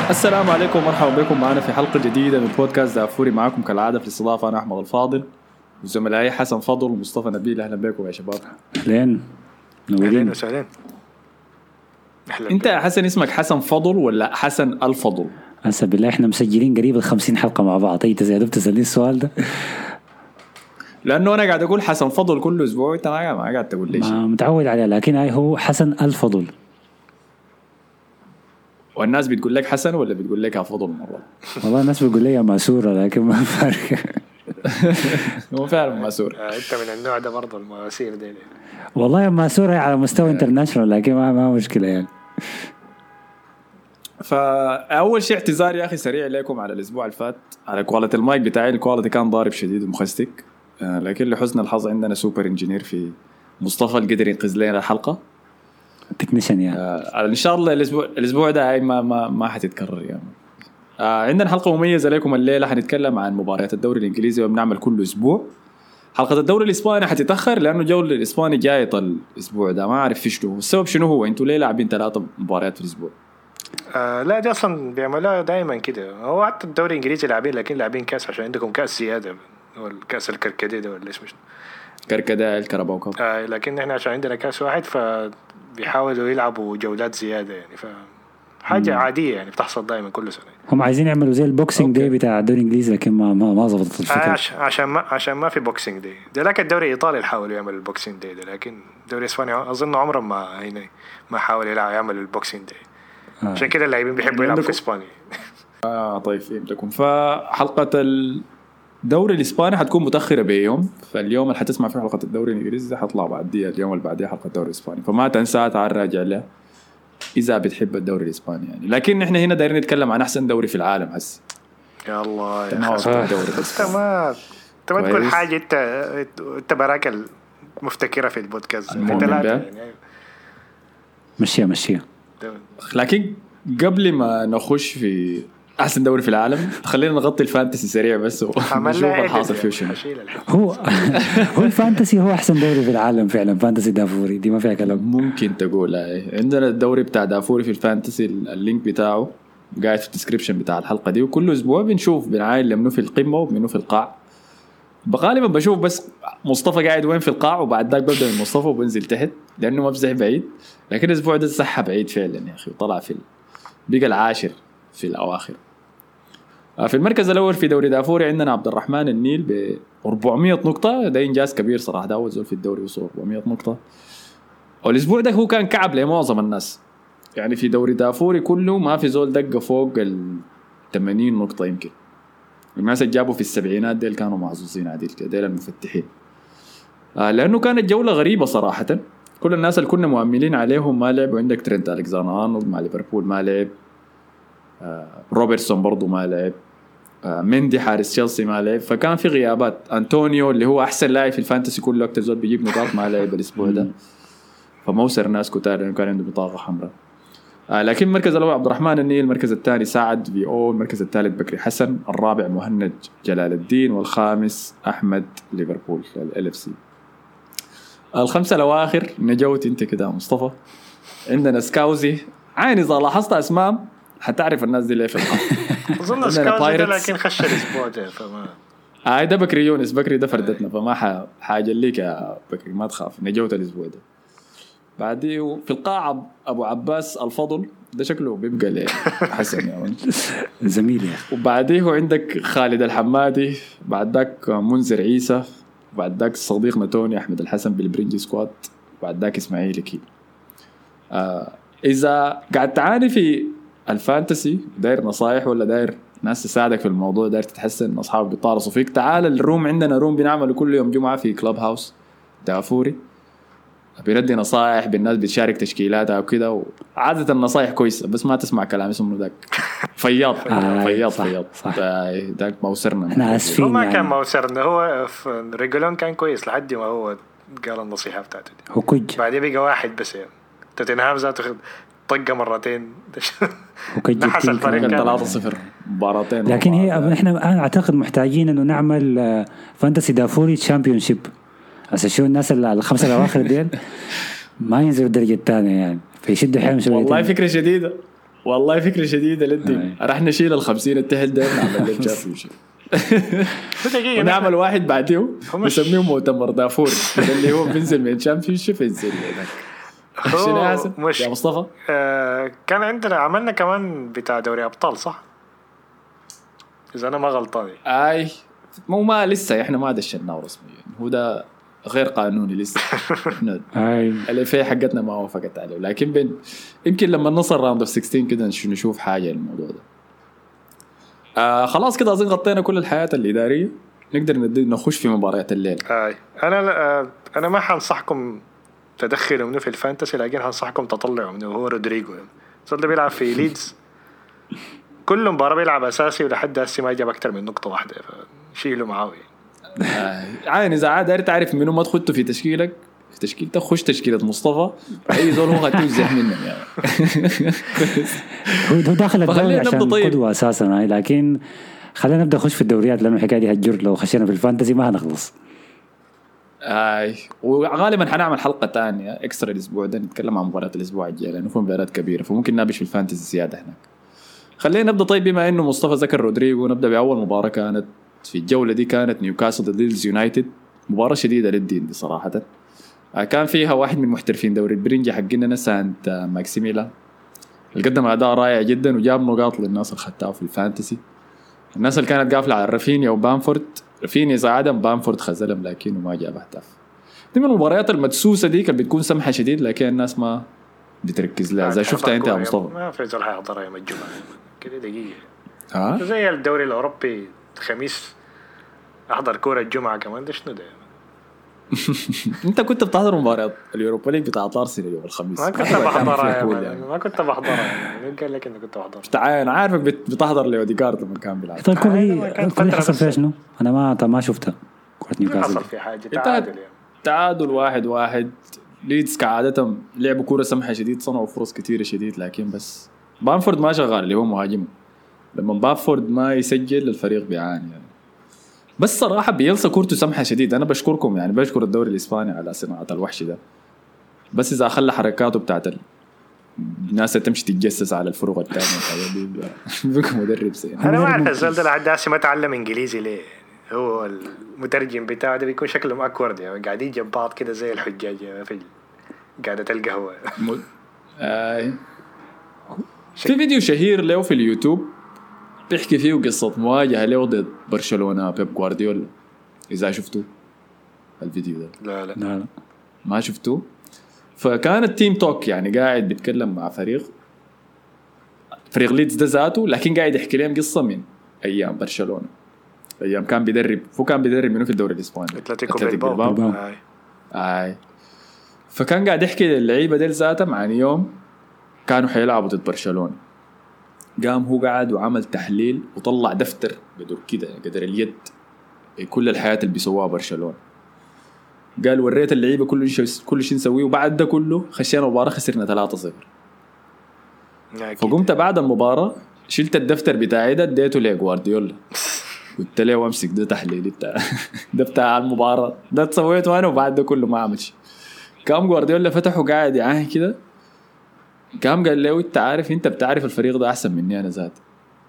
السلام عليكم ومرحبا بكم معنا في حلقة جديدة من بودكاست دافوري. معكم كالعادة في الاستضافة أنا أحمد الفاضل وزملائي حسن فضل ومصطفى نبيل. أهلا بكم يا شباب. أهلين وسهلين. أنت يا حسن اسمك حسن فضل ولا حسن الفضل؟ أسأل بالله إحنا مسجلين قريب 50 حلقة مع بعض. أنت زي دوب تسألني السؤال ده لأنه أنا قاعد أقول حسن فضل كل أسبوع أنت ما قاعد تقول ليش. متعود عليه لكن هو حسن الفضل. والناس بتقول لك حسن ولا بتقول لك فضل مرة؟ والله الناس بتقول لي ماسورة لكن ما فرق. هو فعلا ماسور. أنت من النوع ده برضه المواسير دي. والله ماسورة على مستوى انترناشونال لكن ما مشكلة يعني. فأول شيء اعتذار يا أخي سريع لكم على الأسبوع الفات على كواليتي المايك بتاعي. الكواليتي كان ضارب شديد ومخستك، لكن لحسن الحظ عندنا سوبر انجينير في مصطفى القدر ينقذ لنا الحلقة. تكنيشن يعني. ان شاء الله الاسبوع ده هاي ما حتتكرر يعني. عندنا حلقه مميزه لكم الليله. حنتكلم عن مباريات الدوري الانجليزي وبنعمل كل اسبوع. حلقه الدوري الاسباني حتتاخر لانه الجوله الاسباني جاي الاسبوع ده، ما اعرف فيش له السبب شنو هو. انتوا ليه لاعبين 3 مباريات في الاسبوع؟ لا دي اصلا بيعملوها دائما كده. هو حتى الدوري الانجليزي لاعبين لكن لاعبين كاس عشان عندكم كاس زياده، هو الكاس الكركديه ده ولا اسمه كركديه الكرباو كاب. لكن احنا عشان عندنا كاس واحد بيحاولوا يلعبوا جولات زيادة يعني، حاجة عادية يعني بتحصل دائما كل سنة. هم عايزين يعملوا زي البوكسينج داي بتاع الدوري الانجليزي لكن ما ظبطت الفكرة. عشان ما في بوكسينج داي ده. لكن الدوري الايطالي يحاول يعمل البوكسينج داي ده، لكن الدوري الاسباني اظن عمره ما حاول يعمل البوكسينج داي. عشان كده اللاعبين بيحبوا يلعبوا في اسبانيا. طيب فهمتكم. فحلقة الدوري الاسباني حتكون متاخره بيوم، فاليوم اللي حتسمع فيه حلقه الدوري الانجليزي حطلع بعديها اليوم اللي بعديه حلقه الدوري الاسباني، فما تنسى تعال راجع له اذا بتحب الدوري الاسباني يعني. لكن احنا هنا دايرين نتكلم عن احسن دوري في العالم هسه. يا الله يا الدوري تمام تقول حاجه انت براك المفتكره في البودكاست يعني. مشيها. لكن قبل ما نخش في احسن دوري في العالم خلينا نغطي الفانتسي سريع بس ونشوف الحاصل فيه شنو. هو الفانتسي هو احسن دوري في العالم فعلا. فانتسي دافوري دي ما فيها كلام. ممكن تقول عندنا الدوري بتاع دافوري في الفانتسي، اللينك بتاعه قاعد في الديسكريبشن بتاع الحلقه دي، وكل اسبوع بنشوف بنعاين منو في القمه ومنو في القاع. غالبا بشوف بس مصطفى قاعد وين في القاع، وبعد ذاك ببدا من مصطفى وبنزل تحت لانه ما بزح بعيد. لكن الاسبوع ده صح بعيد فعلا يا اخي، وطلع بقى العاشر في الاواخر. في المركز الأول في دوري دافوري عندنا عبد الرحمن النيل ب 400 نقطة. ده إنجاز كبير صراحة، ده أول زول في الدوري وصل 400 نقطة. والأسبوع ده هو كان كعب لمعظم الناس يعني. في دوري دافوري كله ما في زول دقة فوق 80 نقطة يمكن. الناس اللي جابوا في السبعينات ديل كانوا محظوظين عديل كده، ديل المفتحين. لأنه كانت جولة غريبة صراحة. كل الناس اللي كنا مؤملين عليهم ما لعبوا. عندك ترينت ألكساندر-أرنولد مع ليفربول ما لعب، روبرتسون برضو ما لعب، مندي حارس تشيلسي ما لعب، فكان في غيابات. أنطونيو اللي هو أحسن لاعب في الفانتسي كله أكتر زول بيجيب نقاط ما لعب الأسبوع ده، فموسر ناس كتار لأنه كان عنده بطاقة حمراء. لكن المركز الأول عبد الرحمن النيل، المركز الثاني سعد في أو، المركز الثالث بكري حسن، الرابع مهند جلال الدين، والخامس أحمد ليفربول LFC. الخمسة الأواخر نجوت أنت كده مصطفى. عندنا سكاوزي، عين إذا لاحظت أسمام حتعرف الناس دي ليه في القاع. أظن سكاوزي لكن خش الأسبوع ده فما ده بكري يونس، بكري ده فردتنا فما حاجة ليك يا بكري، ما تخاف نجوت الأسبوع ده. بعديه في القاعة أبو عباس الفضل، ده شكله بيبقى ليه حسن يا زميلي. وبعديه عندك خالد الحمادي، بعد ذاك منذر عيسى، بعد ذاك صديقنا توني أحمد الحسن بالبرنج سكواد، بعد ذاك إسماعيل كي. إذا قاعد تعاني في الفانتسي داير نصايح ولا داير ناس تساعدك في الموضوع، داير تتحسن أصحابك بيطارصوا فيك، تعال الروم عندنا روم بنعمله كل يوم جمعة في كلاب هاوس دافوري، بندي نصايح بالناس بتشارك تشكيلاتها وكده. وعادة النصايح كويسة بس ما تسمع كلام اسمه ذاك فياض. فياض ذاك موسرنا. احنا اسفين هو ما يعني. كان موسرنا، هو في ريجولون كان كويس لحد ما هو قال النصيحة بتاعته دي. هو كج بعدين بقى واحد بس يعني. توتنهام ذاته طقة مرتين نحس الفريق كان 3-0 مباراتين. لكن هي احنا الآن اعتقد محتاجين انه نعمل فانتسي دافوري تشامبيونشيب. هسه شو الناس الخمسة الأواخر ديل ما ينزلوا الدرجة الثانية يعني، فيشدوا حيلهم شوية. والله فكرة جديدة، والله فكرة شديدة للدين. راح نشيل ال50 التهل ده نعمل له شامبيونشيب ونعمل واحد بعديه نسميه مؤتمر دافور اللي هو بينزل من شامبيونشيب ينزل هناك. شنو يا حسن يا مصطفى؟ كان عندنا عملنا كمان بتاع دوري أبطال صح؟ إذا أنا ما غلطان. أي مو ما لسه إحنا ما دشناه رسميا، هو ده غير قانوني لسه. اللي فيه حقتنا ما وافقت عليه، لكن يمكن لما نوصل راوند اوف 16 كده نشوف حاجة الموضوع ده. خلاص كده أظن غطينا كل الحياة الإدارية، نقدر نخش في مباريات الليل. أنا ما حنصحكم تدخلوا منه في الفانتسي، لكن هنصحكم تطلعوا منه هو رودريجو. صدق بيلعب في ليدز كل مباراة بيلعب أساسي ولحد هسه ما جاب أكتر من نقطة واحدة، فشيلوا معاه. عاين إذا عاد داير تعرف منو ما تخطه في تشكيلك في تشكيلتك، خش تشكيلة مصطفى أي زول هو هتوزح منهم يعني. هو داخل الدوري عشان قدوة أساسا، لكن خلينا نبدأ خش في الدوريات لأنه الحكاية دي هتجر لو خشينا في الفانتسي ما هنخلص. وغالبا حنعمل حلقة تانية اكسترا الاسبوع ده نتكلم عن مباريات الاسبوع الجاي لانه في مباريات كبيرة فممكن نابش في الفانتسي زيادة هناك. خلينا نبدأ طيب بما انه مصطفى ذكر رودريجو، نبدأ بأول مباراة كانت في الجولة دي، كانت نيوكاسل ضد ليدز يونايتد. مباراة شديدة للدين دي صراحة. كان فيها واحد من محترفين دوري البرنجة حقنا سانت ماكسيميلا اللي قدم أداء رائع جدا وجاب نقاط للناس اللي خدتها في الفانتسي. الناس اللي كانت قافلة على رافينيا وبامفورد، رافينيا صعدا بامفورد خزلهم لكنه ما جاب أهداف. دي من المباريات المدسوسة دي كانت بتكون سمحة شديد لكن الناس ما بتركز لها. زي شفتها انت يا مصطفى ما في زول حيحضرها يوم الجمعة كده دقيقة. زي الدوري الأوروبي خميس أحضر كورة الجمعة كمان ده شنو ده؟ انت كنت بتحضر مباريات اليوروبا ليج بتاع أرسنال يوم الخميس؟ ما كنت بحضرها ما كنت بحضرها يعني. قال لك انه كنت بحضرها. تعال عارفك بتحضر لأوديغارد لما كان بيلعب. طيب كل حصل فيها شنو؟ انا ما شفتها كرة نيوكاسل. حصل في حاجة تعادل 1-1. ليدز كعادة لعبوا كورة سمحة شديد، صنعوا فرص كتيرة شديد لكن بس بامفورد ما شغال اللي هو مهاجم. لما بامفورد ما يسجل الفريق بيعاني يعني. بس صراحة بيلسا كورته سمحة شديد. أنا بشكركم يعني، بشكر الدوري الإسباني على صناعة الوحش ده. بس إذا خلى حركاته بتاعت الناس تمشي تتجسس على الفروق التانية بيكون مدرب سين. أنا ما أعرف الزول ده لحد هسه ما تعلم إنجليزي ليه. هو المترجم بتاعه ده بيكون شكلهم أكورد يعني قاعدين جنب بعض كده زي الحجاج في قاعدة القهوة. في فيديو شهير له في اليوتيوب بيحكي فيه قصة مواجهة له ضد برشلونة بيب جوارديولا. إذا شفتوا الفيديو ده؟ لا ما شفتوه. فكان التيم توك يعني قاعد بيتكلم مع فريق ليدز ده ذاته، لكن قاعد يحكي لهم قصة من أيام برشلونة، أيام كان بيدرب منه في الدوري الإسباني أتلتيكو بيلباو. فكان قاعد يحكي للعيبة ديل ذاتهم عن يوم كانوا حيلعبوا ضد برشلونة. قام هو قاعد وعمل تحليل وطلع دفتر بدور كده قدر اليد كل الحياة اللي بيسووها برشلونة. قال وريت اللعيبة كل شيء نسويه، وبعد ده كله خشينا المباراة خسرنا 3-0. فقمت بعد المباراة شلت الدفتر بتاعي ده اديته لجوارديولا قلت له وامسك ده تحليلي ده بتاع المباراة ده تسويته أنا وبعد ده كله ما عملش. قام جوارديولا فتحه قاعد يعاه كده، قام قال له انت عارف انت بتعرف الفريق ده احسن مني انا ذاتي.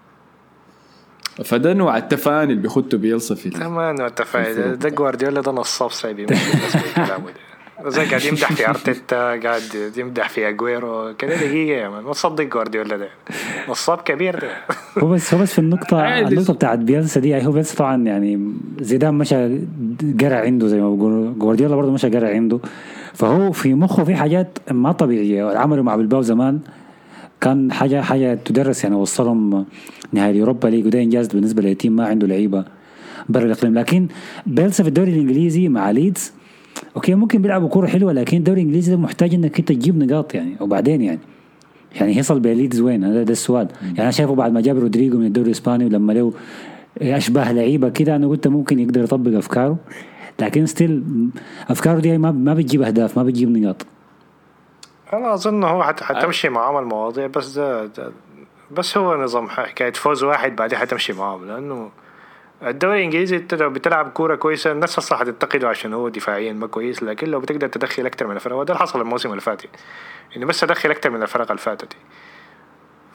فده نوع التفاني اللي بيخطوا بيلصق فيه. تمام نوع التفاني ده جوارديولا ده نصاب سايبي كلامه ده زي قاعد يمدح في أرتيتا قاعد يمدح في أجويرو كده دقيقة يا مان ما تصدق جوارديولا ده نصاب كبير ده. هو بس في النقطة بتاعت بيلسا دي. هو بيلسا طبعا يعني زيدان مشى قرع عنده زي ما بيقولوا، جوارديولا برضه مشى قرع عنده، فهو في مخه في حاجات ما طبيعية. عملوا مع بلباو زمان كان حاجة تدرس يعني، وصلهم نهائي اليوروبا ليج وده إنجاز بالنسبة للتيم ما عنده لعيبة برا الإقليم. لكن بيلسا في الدوري الإنجليزي مع ليدز اوكي ممكن بيلعبوا كوره حلوه، لكن الدوري الانجليزي ده محتاج انك انت تجيب نقاط يعني. وبعدين يعني يصل بليدز وين؟ هذا السؤال. يعني انا شايفه بعد ما جاب رودريجو من الدوري الاسباني ولما له اشباه لعيبه كده انا قلت ممكن يقدر يطبق افكاره، لكن ستيل افكاره دي ما بتجيب اهداف ما بتجيب نقاط. انا اظن هو حتمشي معاه المواضيع بس هو نظام حكايه فوز واحد بعدين حتمشي معاه، لانه الدوري الانجليزي انت لو بتلعب كوره كويسه الناس اصلا هتنتقده عشان هو دفاعيا ما كويس، لكن لو بتقدر تدخل اكتر من الفرق وده اللي حصل الموسم اللي فات يعني بس تدخل اكتر من الفرق اللي فاتت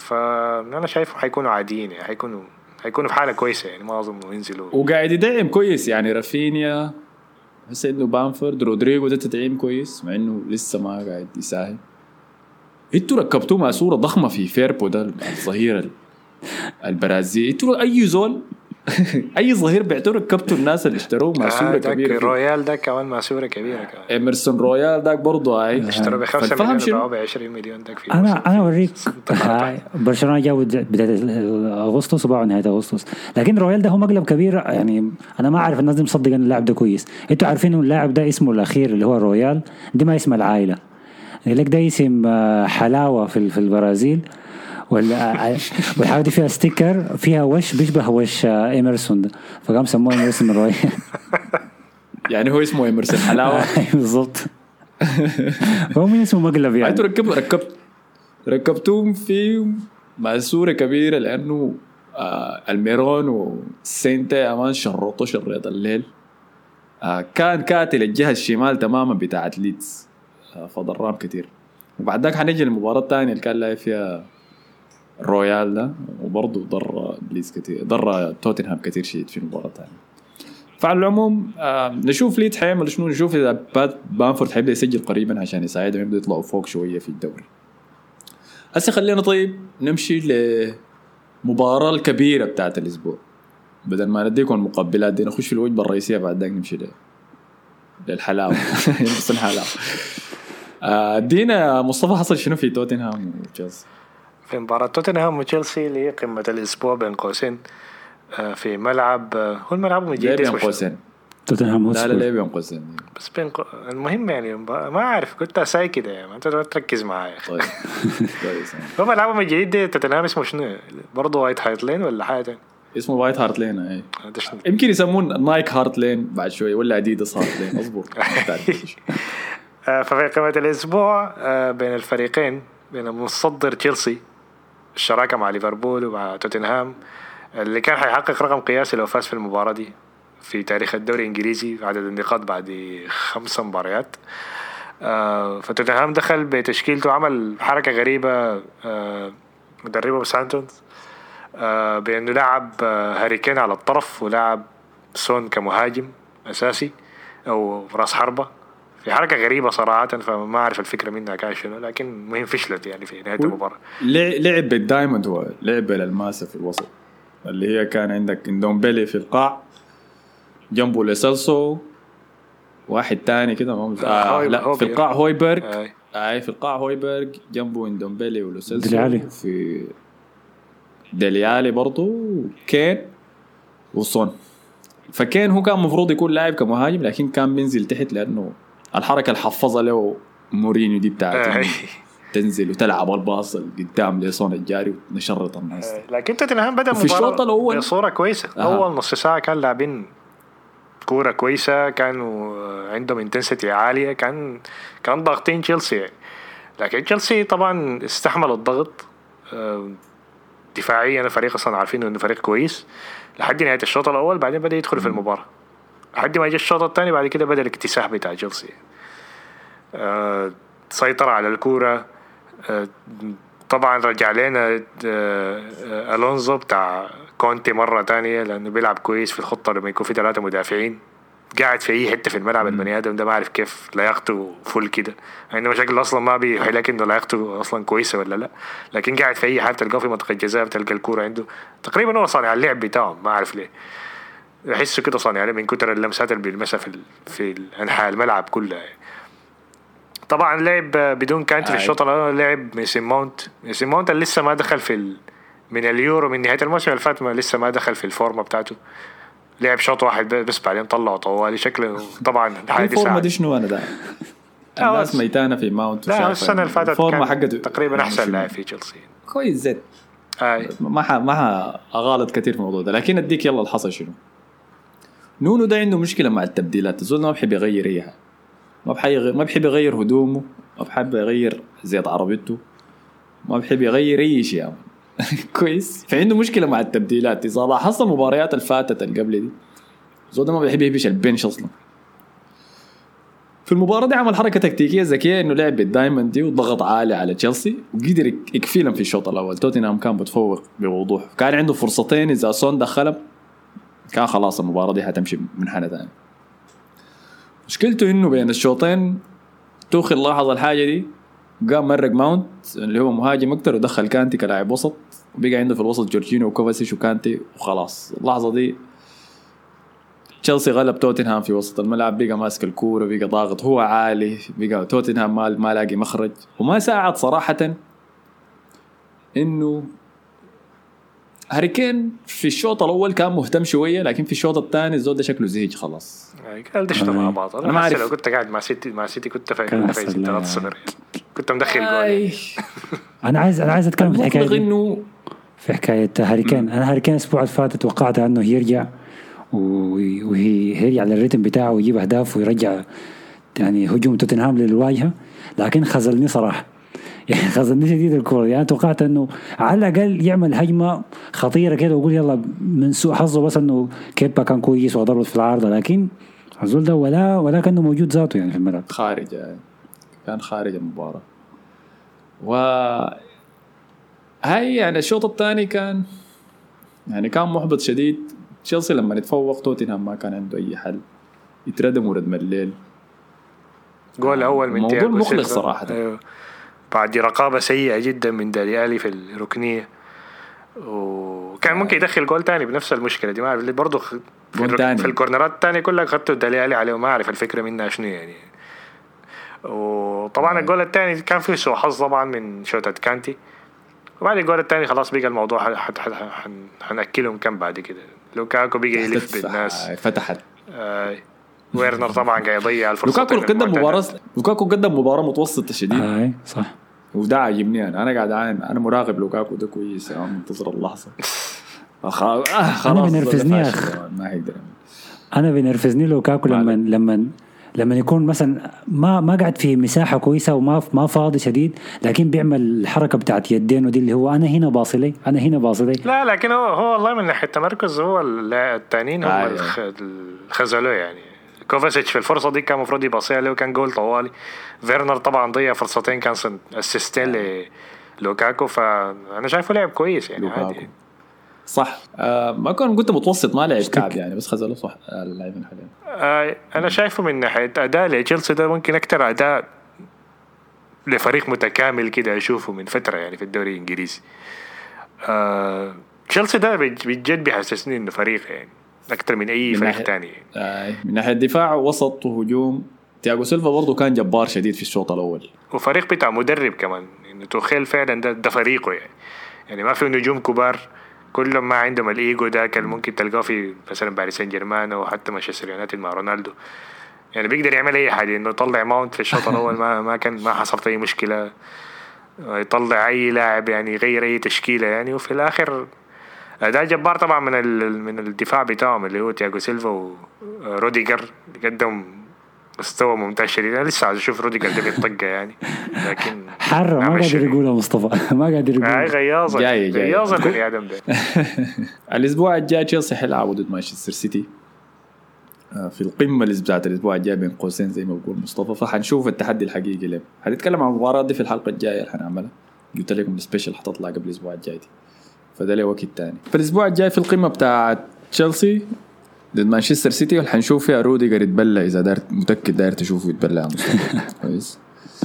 فانا شايفه حيكونوا عاديين يعني حيكونوا في حاله كويسه يعني ما اظن ينزلوا. وقاعد يدعم كويس يعني رافينيا هسه انه بامفورد رودريجو ده تدعيم كويس مع انه لسه ما قاعد يساهم. انتوا ركبتوه مع صوره ضخمه في فيربو ده الظهير البرازيلي. انتوا اي زول اي ظهير بعتوا ركبتوا الناس اللي اشتروه مع صوره كبيره. رويال ده كمان مع صوره كبيره كمان. إميرسون رويال ده برضه هاي اشتروا ب5 مليون او ب20 مليون ده. انا اوريك برشلونه جاوا بدايه اغسطس وباعوا نهايه اغسطس. لكن رويال ده هو مقلب كبير يعني. انا ما اعرف الناس دي مصدق ان اللاعب ده كويس. انتوا عارفين اللاعب ده اسمه الاخير اللي هو رويال دي ما اسم العائله لك ده اسم حلاوه في البرازيل. والحاجة دي فيها ستيكر فيها وش بيشبه وش إيمرسون ده فقام سموه إيمرسون رويال. يعني هو اسمه إيمرسون حلاوة. بالضبط. هو من اسمه مقلب يعني. أنتوا ركبتوهم في مع صورة كبيرة لأنه الميرون والسينتا أمان شرطوا شريط الليل. كان كاتل الجهة الشمال تماما بتاعت ليدز فضرام كتير. وبعد ذاك حنيجي المباراة الثانية اللي كان لاعب فيها رويال ده وبرضه ضر بليز كتير ضر توتنهام كتير شيء في المباراة الثانية. فعلى العموم نشوف ليد حيعمل شنو. نشوف إذا بامفورد حيبدأ يسجل قريبا عشان يساعدهم يبدأ يطلعوا فوق شوية في الدوري. هسه خلينا طيب نمشي لمباراة الكبيرة بتاعت الأسبوع بدل ما نديكم المقبلات دي نخش في الوجبة الرئيسية بعد ذاك نمشي للحلاوة. نحسن حلاوة. دينا مصطفى حصل شنو في توتنهام وتشيلسي؟ في مباراة توتنهام وتشيلسي اللي هي قمة الأسبوع بين قوسين في ملعب هو الملعب مجيد بين قوسين توتنهام لا بين قوسين بس المهم يعني ما أعرف كنت أساي كده يعني ما أنت تركز معايا. طيب كويس. هو ملعب مجيد ده توتنهام اسمه شنو برضه وايت هارت لين ولا حاجة؟ اسمه وايت هارت لين. اي يمكن يسمون نايك هارت لين بعد شوي ولا اديداس هارت لين. اصبر. ففي قمة الأسبوع بين الفريقين بين المتصدر تشيلسي الشراكة مع ليفربول ومع توتنهام اللي كان حيحقق رقم قياسي لو فاز في المباراة دي في تاريخ الدوري الإنجليزي عدد النقاط بعد 5 مباريات. فتوتنهام دخل بتشكيلته عمل حركة غريبة مدربه سانتونز بأنه لعب هاري كين على الطرف ولعب سون كمهاجم أساسي أو راس حربة في حركة غريبة صراحة. فما أعرف الفكرة منها كان شنو لكن مهم فشلت يعني في نهاية المباراة. لعب بالدايموند هو لعب بالماسة في الوسط اللي هي كان عندك دومبيلي في القاع جنبه لسلسو واحد تاني كده لا في القاع هويبرغ. في القاع هويبرغ جنبه دومبيلي ولسلسو في ديليالي برضو كين وصون. فكين هو كان مفروض يكون لاعب كمهاجم لكن كان بينزل تحت لأنه الحركة اللي حفظها له مورينيو دي بتاعته تنزل وتلعب الباص قدام لصون الجاري ونشرط الناس. لكن توتنهام بدأ مباراة بصورة كويسة. أول نص ساعة كان لاعبين كورة كويسة كانوا عندهم انتنسيتي عالية كان ضاغطين تشيلسي. لكن تشيلسي طبعا استحمل الضغط دفاعيا. الفريق أصلا عارفين إنه فريق كويس لحد نهاية الشوط الأول بعدين بدأ يدخل في المباراة لحد ما يجي الشوط الثاني بعد كده بدأ الاكتساح بتاع تشيلسي. سيطر على الكورة. طبعا رجع لنا ألونزو بتاع كونتي مرة تانية لأنه بيلعب كويس في الخطة لما يكون في 3 مدافعين قاعد في أي حتة في الملعب. البني آدم ده ما عارف كيف لياقته فل كده يعني مشاكل أصلا ما بيحيلك إنه لياقته أصلا كويسة ولا لا لكن قاعد في أي حال تلقاه في منطقة الجزاء بتلقى الكورة عنده تقريبا هو صانع اللعب بتاعه ما عارف ليه يحسه كده صانع من كتر اللمسات اللي بيلمسها في أنحاء الملعب كلها. طبعا لعب بدون كانت في الشوط الأول لعب ميسن ماونت اللي لسه ما دخل من اليورو من نهاية الموسم اللي فات لسه ما دخل في الفورمة بتاعته. لعب شوط واحد بس بعدين طلعه طوالي شكله طبعا الفورمة دي شنو أنا ده الناس ميتانة في ماونت. لا السنة اللي فاتت الفورمة حقته تقريبا أحسن لاعب في تشيلسي كويس زين. ما أغالط كتير في الموضوع ده لكن أديك يلا الحصل شنو. نونو ده عنده مشكلة مع التبديلات. الزول ما بحب يغير أيها ما بحب يغير هدومه ما بحب يغير زيت عربيته ما بحب يغير أي شيء يعني. كويس. فعنده مشكلة مع التبديلات. إذا لاحظت المباريات الفاتت اللي قبل دي زود ما بيحب يهبش البنش أصلا في المباراة دي عمل حركة تكتيكية ذكية إنه لعب بالدايموند دي وضغط عالي على تشيلسي وقدر يكفيلهم في الشوط الأول. توتنهام كان بتفوق بوضوح, كان عنده فرصتين إذا سون دخلهم كان خلاص المباراة دي هتمشي من حنة تاني. مشكلته إنه بين الشوطين توخل لاحظ الحاجة دي, قام مرق ماونت اللي هو مهاجم أكتر ودخل كانتي كلاعب وسط, وبقى عنده في الوسط جورجينيو وكوفاسيش وكانتي وخلاص. اللحظة دي تشيلسي غلب توتنهام في وسط الملعب, بقى ماسك الكورة, بقى ضاغط هو عالي, بقى توتنهام ما لاقي مخرج. وما ساعد صراحة إنه هاري كين في الشوط الأول كان مهتم شوية, لكن في الشوط الثاني الزود ده شكله زهج خلاص. قال دشتوا مع بعض. أنا ما أعرف لو كنت قاعد مع سيتي كنت فايز 3-0 كنت مدخل جول. أنا عايز أتكلم في الحكاية إنه في حكاية هاري كين. أنا هاري كين الأسبوع اللي فات توقعت إنه يرجع ويرجع للريتم بتاعه ويجيب أهداف ويرجع يعني هجوم توتنهام للواجهة, لكن خذلني صراحة, يعني خذلني شديد الكورة. يعني توقعت انه على الاقل يعمل هجمة خطيرة كده ويقول يلا من سوء حظه بس انه كيبا كان كويس وضربت في العارضة, لكن الزول ده ولا كانه موجود ذاته يعني في الملعب, كان خارج المباراة. هاي يعني الشوط الثاني كان محبط شديد. تشيلسي لما يتفوق توتنهام ما كان عنده أي حل, يتردم ورد الليل. جول أول من تياغو موضوع مخلص صراحة. أيوه. بعد رقابة سيئة جدا من دالي آلي في الركنية, وكان ممكن يدخل جول تاني بنفس المشكلة دي. ما أعرف برضو في الكورنرات التانية كلها خدته دالي آلي عليه, وما أعرف الفكرة منها شنو يعني. وطبعا الجول التاني كان فيه سوء حظ طبعا من شوطة كانتي, وبعد الجول الثاني خلاص بقى الموضوع هنأكلهم كم بعد كده. لوكاكو بقى يلف بالناس, فتحت. ويرنر طبعا قاعد يضيع الفرصة. لوكاكو قدم مباراة متوسطة شديد. صح. وده عجبني. أنا قاعد أنا مراقب لوكاكو ده كويس, منتظر اللحظة. خلاص أنا بنرفزني ما هيقدر. أنا بنرفزني لوكاكو لما يكون مثلا ما قاعد في مساحة كويسة وما فاضي شديد, لكن بيعمل الحركة بتاعت يدين ودي اللي هو أنا هنا باصلي. لا لكن هو والله من ناحية التمركز هو التانيين هم الخزلوه يعني. كوفاسيتش في الفرصة دي كان مفروض يباصيها له وكان جول طوالي. فيرنر طبعا ضيع فرصتين كان اسيستين لوكاكو, فأنا شايفه لعب كويس يعني عادي. صح. ما كان قلت متوسط, ما لعب كعب يعني, بس خزله صح اللاعبين حاليا. انا شايفه من ناحيه اداء لتشيلسي ده ممكن اكتر اداء لفريق متكامل كده اشوفه من فتره يعني في الدوري الانجليزي. تشيلسي ده بجد بيحسسني انه فريق يعني اكتر من اي فريق تاني يعني. من ناحيه دفاع وسط وهجوم تياغو سيلفا برضو كان جبار شديد في الشوط الاول, وفريق بتاع مدرب كمان انه توخيل فعلا ده فريقه يعني ما في نجوم كبار كلهم ما عندهم الإيجو ده كان ممكن تلقاه في مثلا باريس سان جيرمان أو حتى مانشستر يونايتد مع رونالدو. يعني بيقدر يعمل أي حاجة, إنه يطلع ماونت في الشوط الأول ما حصلت أي مشكلة, يطلع أي لاعب يعني يغير أي تشكيلة يعني. وفي الآخر ده جبار طبعا من الدفاع بتاعهم اللي هو تياغو سيلفا وروديجر قدم مستوى ممتاز شديد. أنا لسه عايز أشوف روديجر ده بيطقة يعني, لكن حرة ما قادر يقولها مصطفى, ما قادر يقولها. غياظة البني آدم ده. الأسبوع الجاي تشيلسي حيلعب ضد مانشستر سيتي في القمة بتاعت الأسبوع الجاي بين قوسين زي ما بقول مصطفى, فحنشوف التحدي الحقيقي له. هنتكلم عن المباراة دي في الحلقة الجاية اللي حنعملها, قلت لكم السبيشال حتطلع قبل الأسبوع الجاي دي, فده له وقت تاني. في الأسبوع الجاي في القمة بتاعت تشيلسي ضد مانشستر سيتي وحنشوف فيها روديجر يتبلى إذا متأكد داير تشوفه يتبلى يا مصطفى. كويس.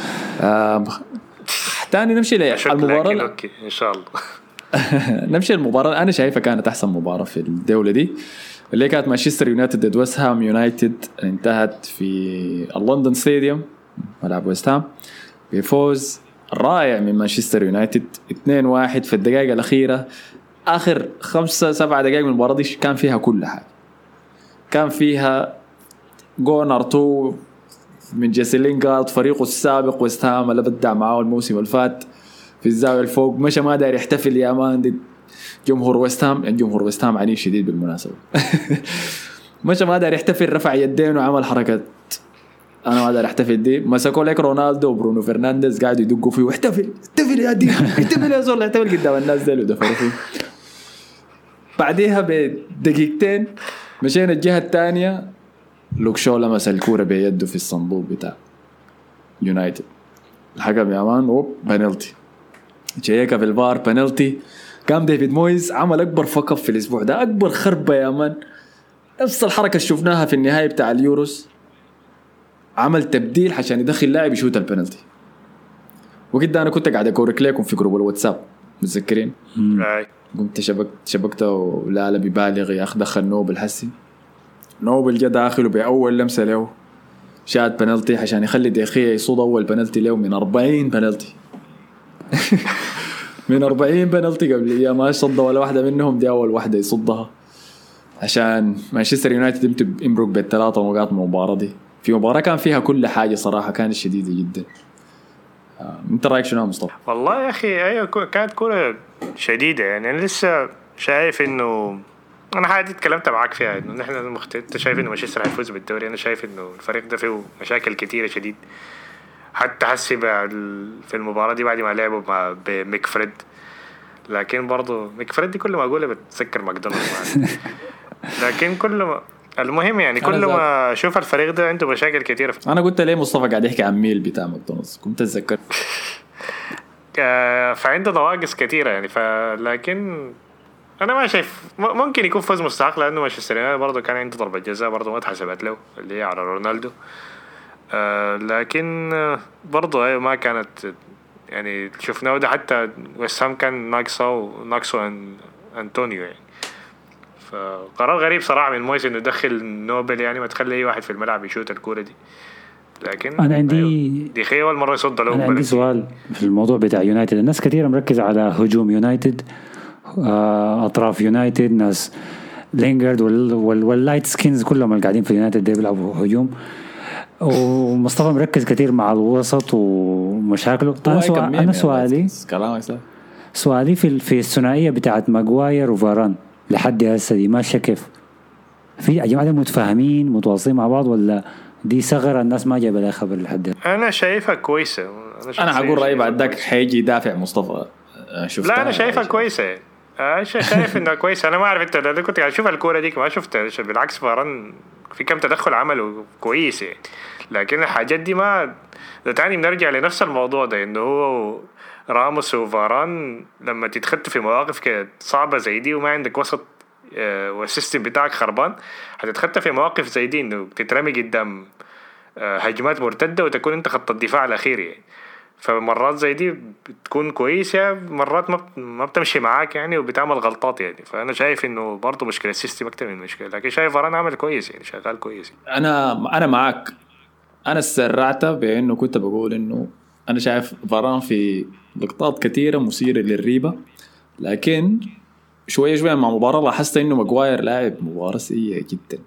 تاني نمشي للمباراة إن شاء الله. نمشي المباراة أنا شايفها كانت أحسن مباراة في الدولة دي, اللي كانت مانشستر يونايتد ضد ويست هام يونايتد, انتهت في اللندن ستاديوم ملعب ويست هام بفوز رائع من مانشستر يونايتد 2-1 في الدقائق الأخيرة. آخر 5-7 دقائق من المباراة دي كان فيها كل حاجة. كان فيها جون ارتو من جيسي لينغارد فريقه السابق ويست هام اللي بدع معاه الموسم اللي فات في الزاويه الفوق, مشى ما داير يحتفل يا مان ضد جمهور ويست هام, يعني جمهور ويست هام عنيف شديد بالمناسبه. مشى ما داير يحتفل, رفع يدين وعمل حركه انا ما داير احتفل دي. مسكوا لك رونالدو وبرونو فرنانديز قاعدوا يدقوا فيه واحتفل يا دي احتفل يا زول, احتفل قدام الناس دول ودفروا فيه. بعديها بدقيقتين مشينا الجهة الثانية, لوك شو لمس الكورة بيده في الصندوق بتاع يونايتد. الحكم يا مان اوب بنالتي، جايكا في البار بنالتي. كان ديفيد مويز عمل اكبر فكب في الاسبوع ده، اكبر خربة يا مان. نفس الحركة اللي شفناها في النهاية بتاع اليوروس، عمل تبديل عشان يدخل لاعب يشوت البنالتي. وكده انا كنت قاعد اكورك لكم في جروب الواتساب متذكرين؟ قمت شبكته ولا ببالغ يا اخي دخل نوبل حسي. نوبل جا داخله باول لمسه له شات بنالتي عشان يخلي ديخيا يصود اول بنالتي له من 40 بنالتي. من 40 بنالتي قبل ايام ما صد ولا واحده منهم، دي اول واحده يصدها عشان مانشستر يونايتد يمرق بالثلاثه نقاط من المباراه دي، في مباراه كان فيها كل حاجه صراحه، كانت شديده جدا. انت رايك شنو مصطفى؟ والله يا اخي ايوه كانت كوره شديده يعني. انا لسه شايف انه انا حاجه اتكلمت معاك فيها انه نحن انت شايف انه مانشستر هيفوز بالدوري، انا شايف انه الفريق ده فيه مشاكل كتيره شديد. حتى حسي في المباراه دي بعد ما لعبوا مع بميكفريد، لكن برضو ميكفريد دي كل ما اقولها بتذكر ماكدونالدز. لكن كل ما المهم يعني كل ما اشوف الفريق ده عنده مشاكل كتيره. انا قلت ليه مصطفى قاعد يحكي عن ميل بتاع ماكدونالدز، كنت اتذكر. فعنده نواقص كتيره يعني. لكن انا ما شايف ممكن يكون فوز مستحق، لانه مانشستر يونايتد برضه كان عنده ضربه جزاء برضه ما اتحسبت له اللي هي على رونالدو. لكن برضه ما كانت يعني شفناه ده. حتى وسام كان ناقصه أنتونيو يعني. فقرار غريب صراحة من مويس إنه يدخل نوبل يعني، ما تخلي أي واحد في الملعب يشوت الكورة دي. لكن أنا عندي دي خير أول مرة يصد له. أنا عندي سؤال في الموضوع بتاع يونايتد. الناس كثيرة مركزة على هجوم يونايتد، أطراف يونايتد، ناس لينجارد واللايت سكينز كلهم اللي قاعدين في يونايتد دي بيلعبوا هجوم، ومصطفى مركز كتير مع الوسط ومشاكله. أنا سؤالي في الثنائية بتاعت ماغواير وفاران لحد هسه دي ماشية كيف؟ في يا جماعة متفاهمين متواصلين مع بعض، ولا دي صغرة الناس ما جايبة لها خبر لحد؟ أنا شايفها كويسة. أنا هقول رأيي بعد ذاك حيجي يدافع مصطفى. لا أنا شايفها كويسة. شايف إنها كويسة. أنا ما أعرف أنت كنت قاعد أشوف الكورة ديك ما شفتها. بالعكس فاران في كم تدخل عمله كويس يعني. لكن الحاجات دي ما تعني بنرجع لنفس الموضوع ده، إنه هو راموس وفاران لما تتخطوا في مواقف كده صعبة زي دي وما عندك وسط والسيستم بتاعك خربان، هتتخطى في مواقف زي دي إنه تترمي قدام هجمات مرتدة وتكون أنت خط الدفاع الأخير يعني. فمرات زي دي بتكون كويسة، مرات ما بتمشي معاك يعني وبتعمل غلطات يعني. فأنا شايف إنه برضو مشكلة السيستم أكتر من مشكلة، لكن شايف فاران عمل كويس يعني، شغال كويس يعني. أنا معك. أنا سرعت بأنه كنت بقول إنه أنا شايف فاران في لقطات كثيرة مثيرة للريبة، لكن شوية مع مباراة لاحظت إنه ماغواير لاعب مباراة سيئة جدا.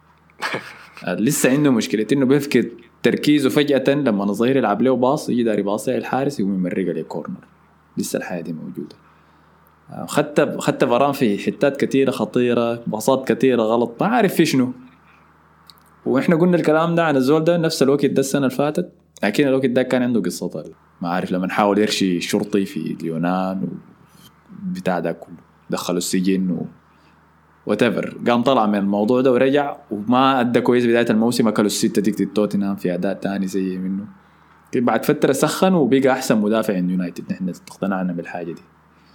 لسه عنده مشكلة إنه بيفقد تركيزه فجأة لما نظهير يلعب له باص يجي داري باصي الحارس يقوم يمرقه لكورنر. لسه الحياة دي موجودة. خدت فاران في حتات كثيرة خطيرة، باصات كثيرة غلط، ما عارف في شنو. وإحنا قلنا الكلام ده عن الزول ده نفس الوقت ده السنة اللي فاتت، لكن الوقت ده كان عنده قصة ما عارف لما نحاول يرشي شرطي في اليونان وبتاع ده كله دخلوا السجن واتيفر، قام طلع من الموضوع ده ورجع وما أدى كويس بداية الموسم. أكلوا الستة ديك توتنهام في أداء تاني زي منه. بعد فترة سخن وبقى أحسن مدافع عند يونايتد، نحن اقتنعنا بالحاجة دي.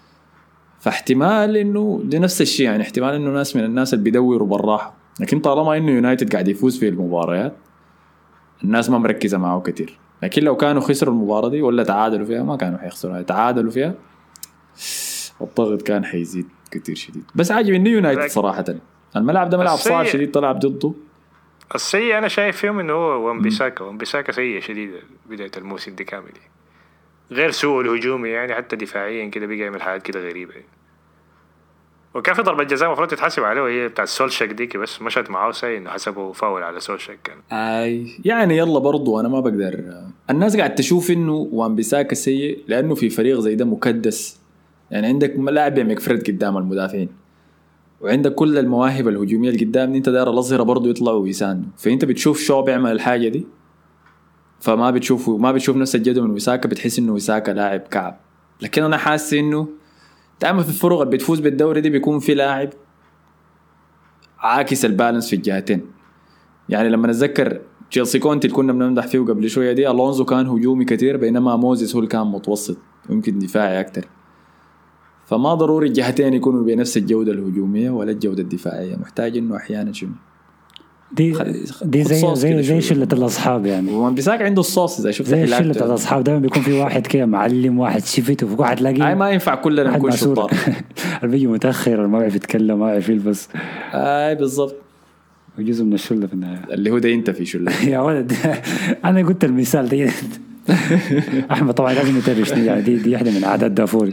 فاحتمال إنه دي نفس الشيء يعني، احتمال إنه ناس من الناس اللي بيدوروا بالراحة، لكن طالما إنه يونايتد قاعد يفوز في المباريات الناس ما مركزة معه كتير. لكن لو كانوا خسروا المباراة دي ولا تعادلوا فيها ما كانوا حيخسروا، تعادلوا فيها الضغط كان حيزيد كتير شديد. بس عاجبني يونايتد صراحة، الملعب ده ملعب صعب شديد طلع ضده. السيء أنا شايف فيهم إنه هو وانبيساكا سيء شديد بداية الموسم دي كامل، غير سوء الهجومي يعني، حتى دفاعيا كده بيجي يعمل حاجات كده غريبة يعني. وكان في ضربة جزاء مفروض تتحسب عليه وهي بتاع سولشاك ديك، بس مشت معاه سيء إنه حسبه فاول على سولشاك كان. يعني يلا برضو أنا ما بقدر. الناس قاعد تشوف إنه وانبيساكا سيء لأنه في فريق زي ده مكدس يعني. عندك لاعب ميكفريد قدام المدافعين، وعندك كل المواهب الهجومية اللي قدام، انت داير الأظهرة برضو يطلعوا ويساندوا، فانت بتشوف شو بيعمل الحاجة دي، فما بتشوف نفس الجدول من ويساكا، بتحس انه ويساكا لاعب كعب. لكن انا حاسس انه دائما في الفرق اللي بتفوز بالدوري دي بيكون في لاعب عاكس البالانس في الجهتين، يعني لما نتذكر تشيلسي كونتي اللي كنا بنمدح فيه قبل شويه دي، الونزو كان هجومي كتير بينما موزيس هو اللي كان متوسط ويمكن دفاعي اكتر. فما ضروري الجهتين يكونوا بنفس الجوده الهجوميه ولا الجوده الدفاعيه، محتاج انه احيانا شنو دي زي شلة الأصحاب يعني. ومن بيساك عنده الصوص إذا شفت زي شلة الأصحاب دائما بيكون في واحد كده معلم، واحد شفت، وفي واحد تلاقيه ما ينفع كلنا نكون شطار. اللي بيجي متأخر، ما بيعرف يتكلم، ما بيعرف يلبس. بالضبط، وجزء من الشلة في النهاية اللي هو ده أنت في شلة. يا ولد أنا قلت المثال ده. أحمد طبعا لازم يترشني يعني، دي واحدة من عادات دافوري.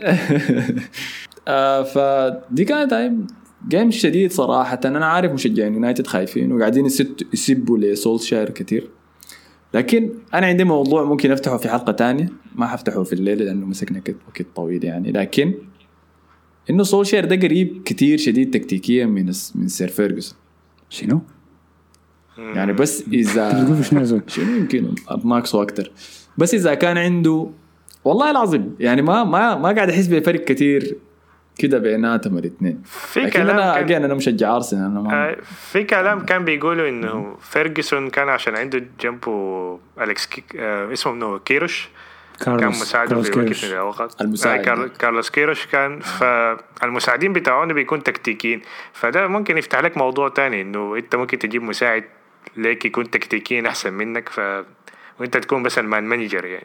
فدي كانت جيم شديد صراحة. أنا عارف مشجعين يونايتد خايفين وقاعدين يسبوا لسولشاير كتير، لكن أنا عندي موضوع ممكن أفتحه في حلقة تانية، ما حفتحه في الليل لأنه مسكنا وقت طويل يعني. لكن إنه سولشاير ده قريب كتير شديد تكتيكيا من سير فيرغسون. شنو؟ يعني بس إذا شنو يمكن ناقصه أكتر، بس إذا كان عنده والله العظيم يعني ما قاعد أحس بفرق كتير كده بيناتهم الاثنين. في كلام أنا مشجع أرسنال. أنا في كلام كان بيقولوا إنه فيرغسون كان عشان عنده جنبه أليكس اسمه منو كيروش، كان مساعده في وقت من الأوقات. كارلوس كيروش كان، فالمساعدين بتاعونه بيكون تكتيكيين، فده ممكن يفتح لك موضوع تاني إنه أنت ممكن تجيب مساعد ليك يكون تكتيكيين أحسن منك، وأنت تكون بس المان مانجر يعني.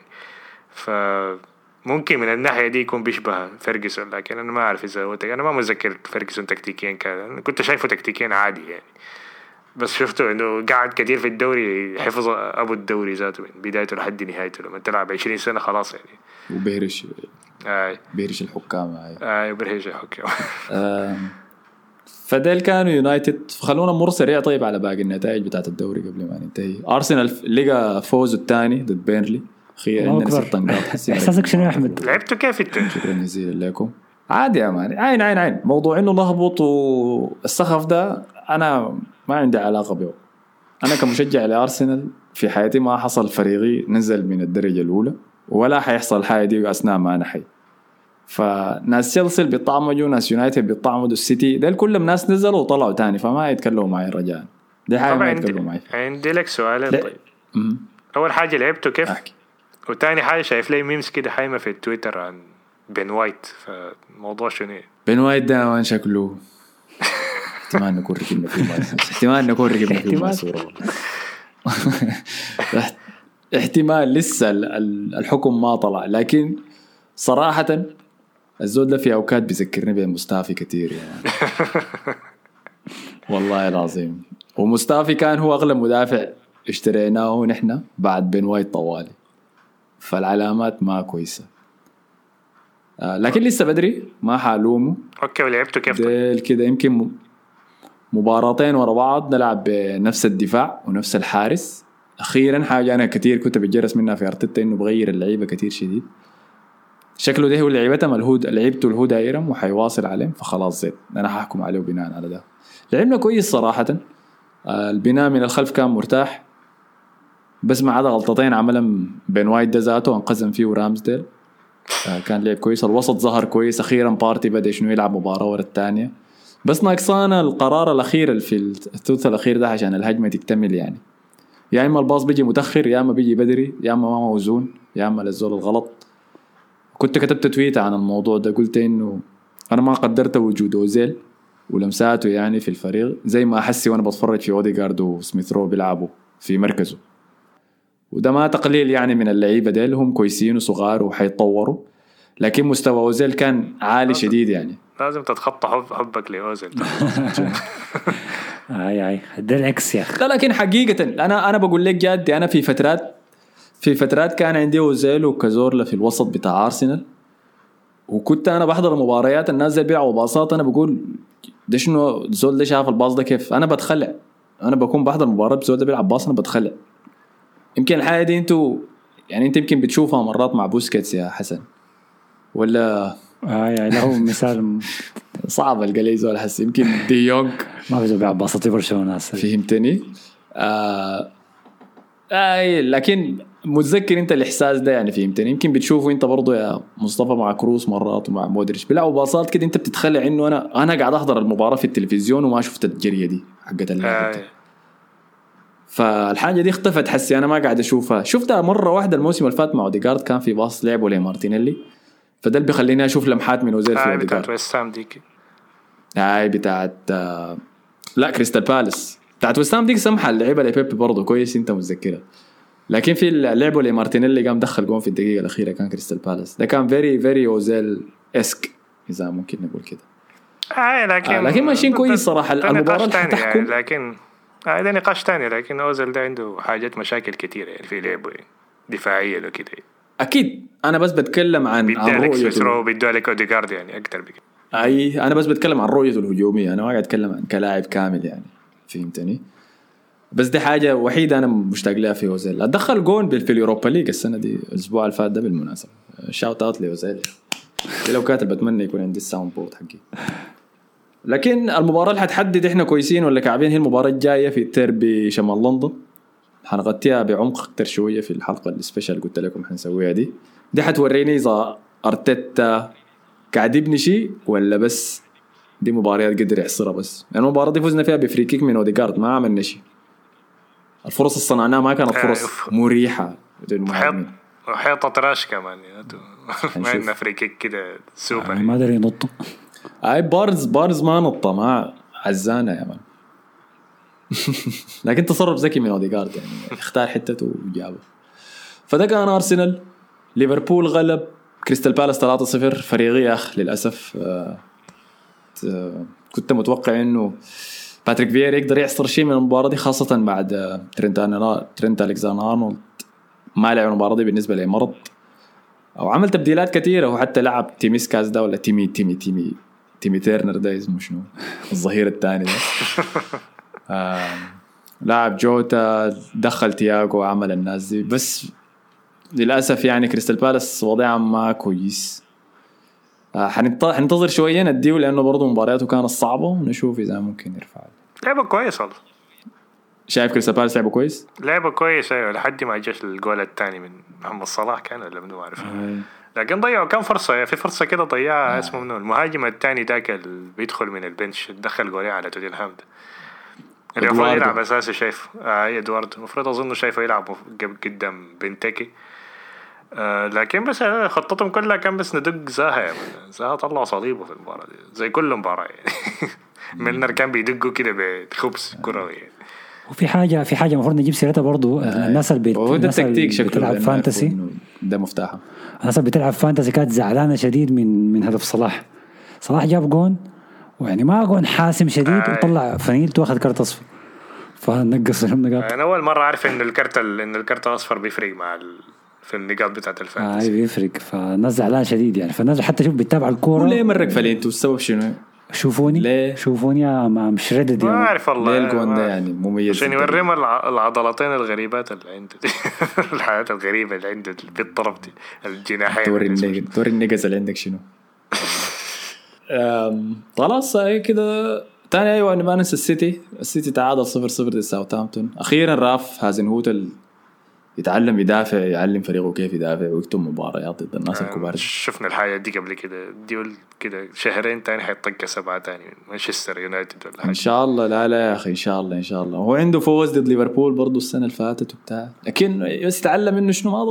ممكن من الناحية دي يكون بيشبه فيرغسون، لكن أنا ما أعرف إذا هو أنا ما متذكر فيرغسون تكتيكيا كان، أنا كنت شايفه تكتيكيا عادي يعني، بس شفته إنه قاعد كتير في الدوري، حفظ أبو الدوري ذاته من بدايته لحد نهايته. لما تلعب 20 سنة خلاص يعني. وبهرش بهرش الحكام وبهرش الحكام. فديل كانوا يونايتد. خلونا نمر سريع طيب على باقي النتائج بتاعت الدوري قبل ما ننتهي. أرسنال لقى فوزه الثاني ضد بيرنلي، خير عندنا 6 نقاط. احساسك شنو يا احمد؟ لعبتوا كيف انت؟ شكرا جزيلا لكم. عادي يا مان، عين موضوع انه نهبط والسخف ده انا ما عندي علاقه به. انا كمشجع لارسنال في حياتي ما حصل فريقي نزل من الدرجه الاولى ولا حيحصل حاجه دي اثناء ما انا حي. فناس تشيلسي بيطعموا، ناس يونايتد بيطعموا السيتي، ده كلهم ناس نزلوا وطلعوا تاني، فما يتكلموا معي رجاء. دي حاجه ما يتكلموا معي. عندي لك سؤالين. طيب اول حاجه لعبتوا كيف؟ وتاني حاجة شايف لي ميمز كده حايمة في التويتر عن بين وايت، فموضوع شنو؟ بين وايت ده وين شكله؟ احتمال نكون ركبنا فيه ما صورة. احتمال لسه الحكم ما طلع، لكن صراحة الزود ده في أوقات بيذكرني بمصطفى كتير يعني. والله العظيم. ومصطفى كان هو أغلى مدافع اشتريناه نحن بعد بين وايت طوالي، فالعلامات ما كويسة. لكن لسه بدري ما حالومه. اوكي ولعبتوا كيف كده؟ يمكن مباراتين ورا بعض نلعب بنفس الدفاع ونفس الحارس. اخيرا حاجه انا كتير كنت بتجرس منها في ارتيتا، انه بغير اللعيبه كتير شديد. شكله ده هو لعيبته لعيبته الهو دايرم وحيواصل عليهم، فخلاص زين انا ححكم عليه بناء على ده. لعبنا كويس صراحه. البناء من الخلف كان مرتاح، بس ما عدا غلطتين عملهم بين وايت ده ذاته انقذم فيه ورامزديل. كان لعب كويس. الوسط ظهر كويس. اخيرا بارتي بدا شنو يلعب مباراه ورا الثانيه، بس ناقصانا القرار الاخير في الثلث الاخير ده عشان الهجمه تكتمل يعني. يا اما الباص بيجي متاخر، يا اما بيجي بدري، يا اما ما موزون، يا اما للزول الغلط. كنت كتبت تويت عن الموضوع ده، قلت انه انا ما قدرت وجود اوزيل ولمساته يعني في الفريق زي ما احسي وانا بتفرج في اوديغارد وسميث رو بيلعبوا في مركزه. وده ما تقليل يعني من اللعيبه ديل، هم كويسين وصغار وحيتطوروا، لكن مستوى اوزيل كان عالي شديد يعني. لازم تتخطى حبك لاوزيل. اي ده العكس يا اخي. لكن حقيقه انا بقول لك جد، انا في فترات كان عندي اوزيل وكازورلا في الوسط بتاع ارسنال، وكنت انا بحضر المباريات الناس زي بيلعبوا باصات، انا بقول ده شنو زول ده شاف الباص ده كيف. انا بتخلع، انا بكون بحضر مباراه زول ده بيلعب باص انا بتخلع. يمكن الحاجه دي انت يمكن بتشوفها مرات مع بوسكيتس يا حسن ولا يعني له مثال صعب القليز ولا حس. يمكن دي يونغ ما بيزو بيلعب باسطي برشلونه فهمتني. لكن متذكر انت الاحساس ده يعني فهمتني. يمكن بتشوفه انت برضو يا مصطفى مع كروس مرات ومع مودريتش بيلعبوا باصات كده انت بتتخلى انه انا قاعد احضر المباراه في التلفزيون وما شفت الجريه دي حقت اللعب. فالحاجه دي اختفت حسي انا ما قاعد اشوفها. شفتها مره واحده الموسم اللي فات مع اوديغارد كان في باص لعبه لمارتينيلي فده اللي بيخليني اشوف لمحات من اوزيل في اوديغارد. بتاعت ويست هام ديك هاي بتاعت لا كريستال بالاس بتاعت ويست هام ديك سمحه اللعيبه لبيبي برضه كويس انت متذكرها. لكن في اللعبه لمارتينيلي قام دخل جون في الدقيقه الاخيره كان كريستال بالاس ده كان فيري اوزيل اسك اذا ممكن نقول كده. لكن ماشيين كويس صراحه المباراه اللي حتحكم يعني لكن ده نقاش تاني. لكن اوزيل ده عنده حاجات مشاكل كتيره يعني في لعبه دفاعيه لو كده. اكيد انا بس بتكلم عن رؤيته بيدوالك اوديغارد يعني اكثر بكده. انا بس بتكلم عن رؤيته الهجوميه انا ما قاعد اتكلم عن كلاعب كامل يعني فهمتني. بس دي حاجه وحيده انا مشتاق لها في اوزيل. ادخل جون في اليوروبا ليج السنه دي الاسبوع اللي فات ده بالمناسبه شاوت اوت لاوزيل لو كاتب بتمنى يكون عندي الساوند بورد حقي. لكن المباراه اللي حتحدد احنا كويسين ولا كعبين هي المباراه الجايه في التيربي شمال لندن. حنغطيها بعمق اكثر شويه في الحلقه السبيشال قلت لكم حنسويها دي حتوريني اذا ارتيتا قاعد يبني شيء ولا بس دي مباريات قدر يحصرها بس. يعني المباراه دي فزنا فيها بفري كيك من اوديغارد ما عملنا شيء. الفرص الصنعناها ما كانت فرص مريحه للمهاجمين. وحيطه تراش كمان ما عندنا فري كيك كده سوبر ما ادري ينط. بارز ما نط ما عزانه يا مان. لكن تصرف ذكي من اوديغارد يعني اختار حتته وجابه. فده كان ارسنال. ليفربول غلب كريستال بالاس 3-0 فريقي اخ للاسف. كنت متوقع انه باتريك فييرا يقدر يعصر شيء من المباراه دي خاصه بعد ترينت الكساندر ارنولد ما لعب المباراه دي بالنسبه له مرض او عمل تبديلات كثيره وحتى لعب تيميسكاس ده ولا تيمي تيرنر ده اسمه شنو الظهير الثاني ده. لاعب جوتا دخل تياغو وعمل الناس دي بس للأسف يعني كريستال بالاس وضعها ما كويس. حننتظر شوية نديه لأنه برضو مبارياته كانت صعبة ونشوف إذا ممكن يرفع. لعبة كويس والله. شايف كريستال بالاس لعبة كويس؟ لعبة كويس أيوة لحد ما جاش الجول الثاني من محمد صلاح كان ولا منو عارف. لكن ضيعوا كم فرصة في فرصة كده ضيعها اسمه منو المهاجم الثاني ذاك اللي بيدخل من البنش دخل جولين على توتنهام اللي المفروض يلعب أساسي شايف إدوارد المفروض أظنه شايفه يلعب قدام بنتكي. لكن بس خطتهم كلها كان بس ندق زاها طلع صليبه في المباراة دي زي كل مباراة يعني. ميلنر كان بيدقوا كده بخبز كروي يعني. وفي حاجة المفروض نجيب سيرتها برضو. الناس اللي بتلعب فانتسي ده مفتاحها. الناس اللي بتلعب فانتسي كانت زعلانة شديد من هدف صلاح جاب جون ويعني ما جون حاسم شديد وطلع فنيلته واخد كارت اصفر فنقص لهم نقاط. انا اول مرة عارف ان الكارت الاصفر بيفرق مع في النقاط بتاعت الفانتسي. بيفرق فالناس زعلان شديد يعني. فالناس حتى شوف بتتابع الكورة وليه مرق فلينتو السبب شنو؟ شوفوني مش ردد يعني. ما أعرف والله. ليه الجون ده يعني مميز عشان يوريهم العضلتين الغريبات اللي عنده الحياة الغريبة اللي عنده بالطرف دي الجناحين. توري النقز اللي عندك شنو. خلاص هي كده تاني. أيوة ما ننسى السيتي تعادل 0-0 ضد ساوثهامبتون. أخيرا راف هازنهوتل يتعلم يدافع يعلم فريقه كيف يدافع ويكتب مباريات ضد الناس الكبار. شفنا الحاجة دي قبل كده ديول كده شهرين تاني حيطق 7 تاني مانشستر يونايتد ولا حاجة. إن شاء الله. لا يا أخي إن شاء الله هو عنده فوز ضد ليفربول برضو السنة اللي فاتت وبتاع. لكن بس يتعلم منه شنو ما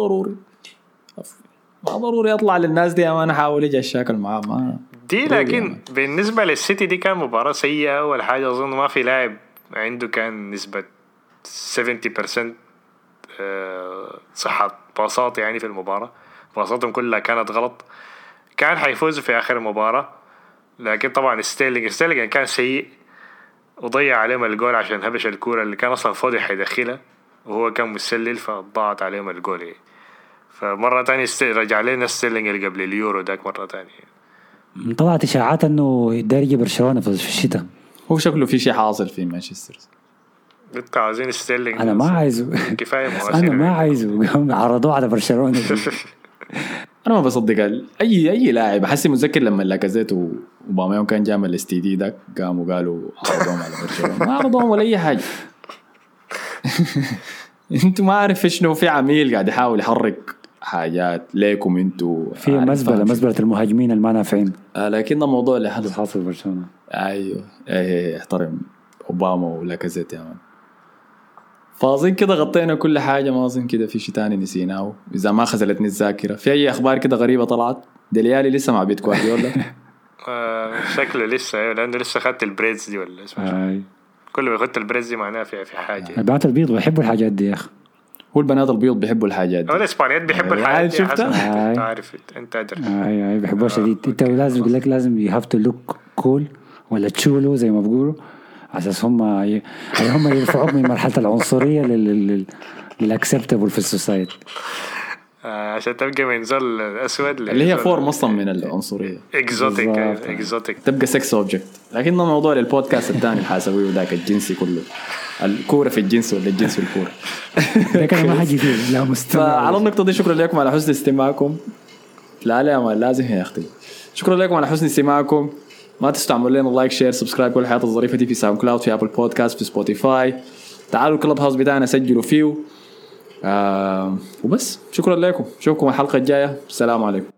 ضروري أطلع للناس دي أنا أحاول يجي الشاكل معاه ما دي. لكن بالنسبة للسيتي دي كان مباراة سيئة. أول حاجة أظن ما في لاعب عنده كان نسبة 70% صحة باصات يعني في المباراة. باصاتهم كلها كانت غلط. كان حيفوزوا في آخر المباراة لكن طبعا ستيرلينج كان سيء وضيع عليهم الجول عشان هبش الكورة اللي كان أصلا فاضي حيدخلها وهو كان مسلل فضاعت عليهم الجول يعني. فمرة تانية رجع لنا ستيرلينج اللي قبل اليورو داك مرة تانية. طلعت إشاعات إنه يدرج برشلونة في الشتاء. هو شكله في شيء حاصل في مانشستر. انت عايزين ستيرلينج. انا ما عايزه. كفايه انا ما عايزه. عرضوه على برشلونه. انا ما بصدق اي لاعب. احس متذكر لما لاكازيت وباميون كان جامل الاستي دي ده قاموا قالوا عرضوهم على برشلونه. ما عرضوهم ولا اي حاجه. انتوا ما عارف شنو في عميل قاعد يحاول يحرك حاجات ليكم انتوا في مزبله المهاجمين اللي ما نافعين. لكن ده موضوع اللي حاصل برشلونه. ايوه احترم اوباما ولاكازيت يا مان. فاظن كده غطينا كل حاجة. ما أظن كده في شيء تاني نسيناه إذا ما خزلتني الذاكرة. في أي أخبار كده غريبة طلعت؟ ديليالي لسه مع بيت جوارديولا؟ شكله لسه لأنه لسه خدت البريدز دي ولا اسمه كل ما يخدت البريدز دي معناها في حاجة. البنات البيض بيحبوا الحاجات دي يا أخي. هو البنات البيض بيحبوا الحاجات دي. الإسبانيات بيحبوا الحاجات دي. شفتها؟ أنت عارف أنت أدري. أي بيحبوها شديد. أنت لازم يقول لك لازم you have to look cool ولا تشولو زي ما بيقولوا أساس هم يرفعوك من مرحلة العنصرية للأكسبتابل في السوسايتي. عشان تبقى منزل أسود اللي هي فورم أصلا من العنصرية. إكزوتيك تبقى سكس أوبجكت. لكن موضوع للبودكاست الثاني الحاسوي وذاك الجنسي كله. الكورة في الجنس ولا الجنس والكورة. ده كان ما حاجي فيه. لا مستمع. على النقطة دي شكرا لكم على حسن استماعكم. لا ما لازم يا أختي. شكرا لكم على حسن استماعكم. ما تستعملوا لنا لايك شير سبسكرايب كل الحياة الظريفة دي في ساوند كلاود في أبل بودكاست في سبوتيفاي. تعالوا الكلب هاوس بتاعنا سجلوا فيه. وبس شكرا لكم. نشوفكم الحلقة الجاية. السلام عليكم.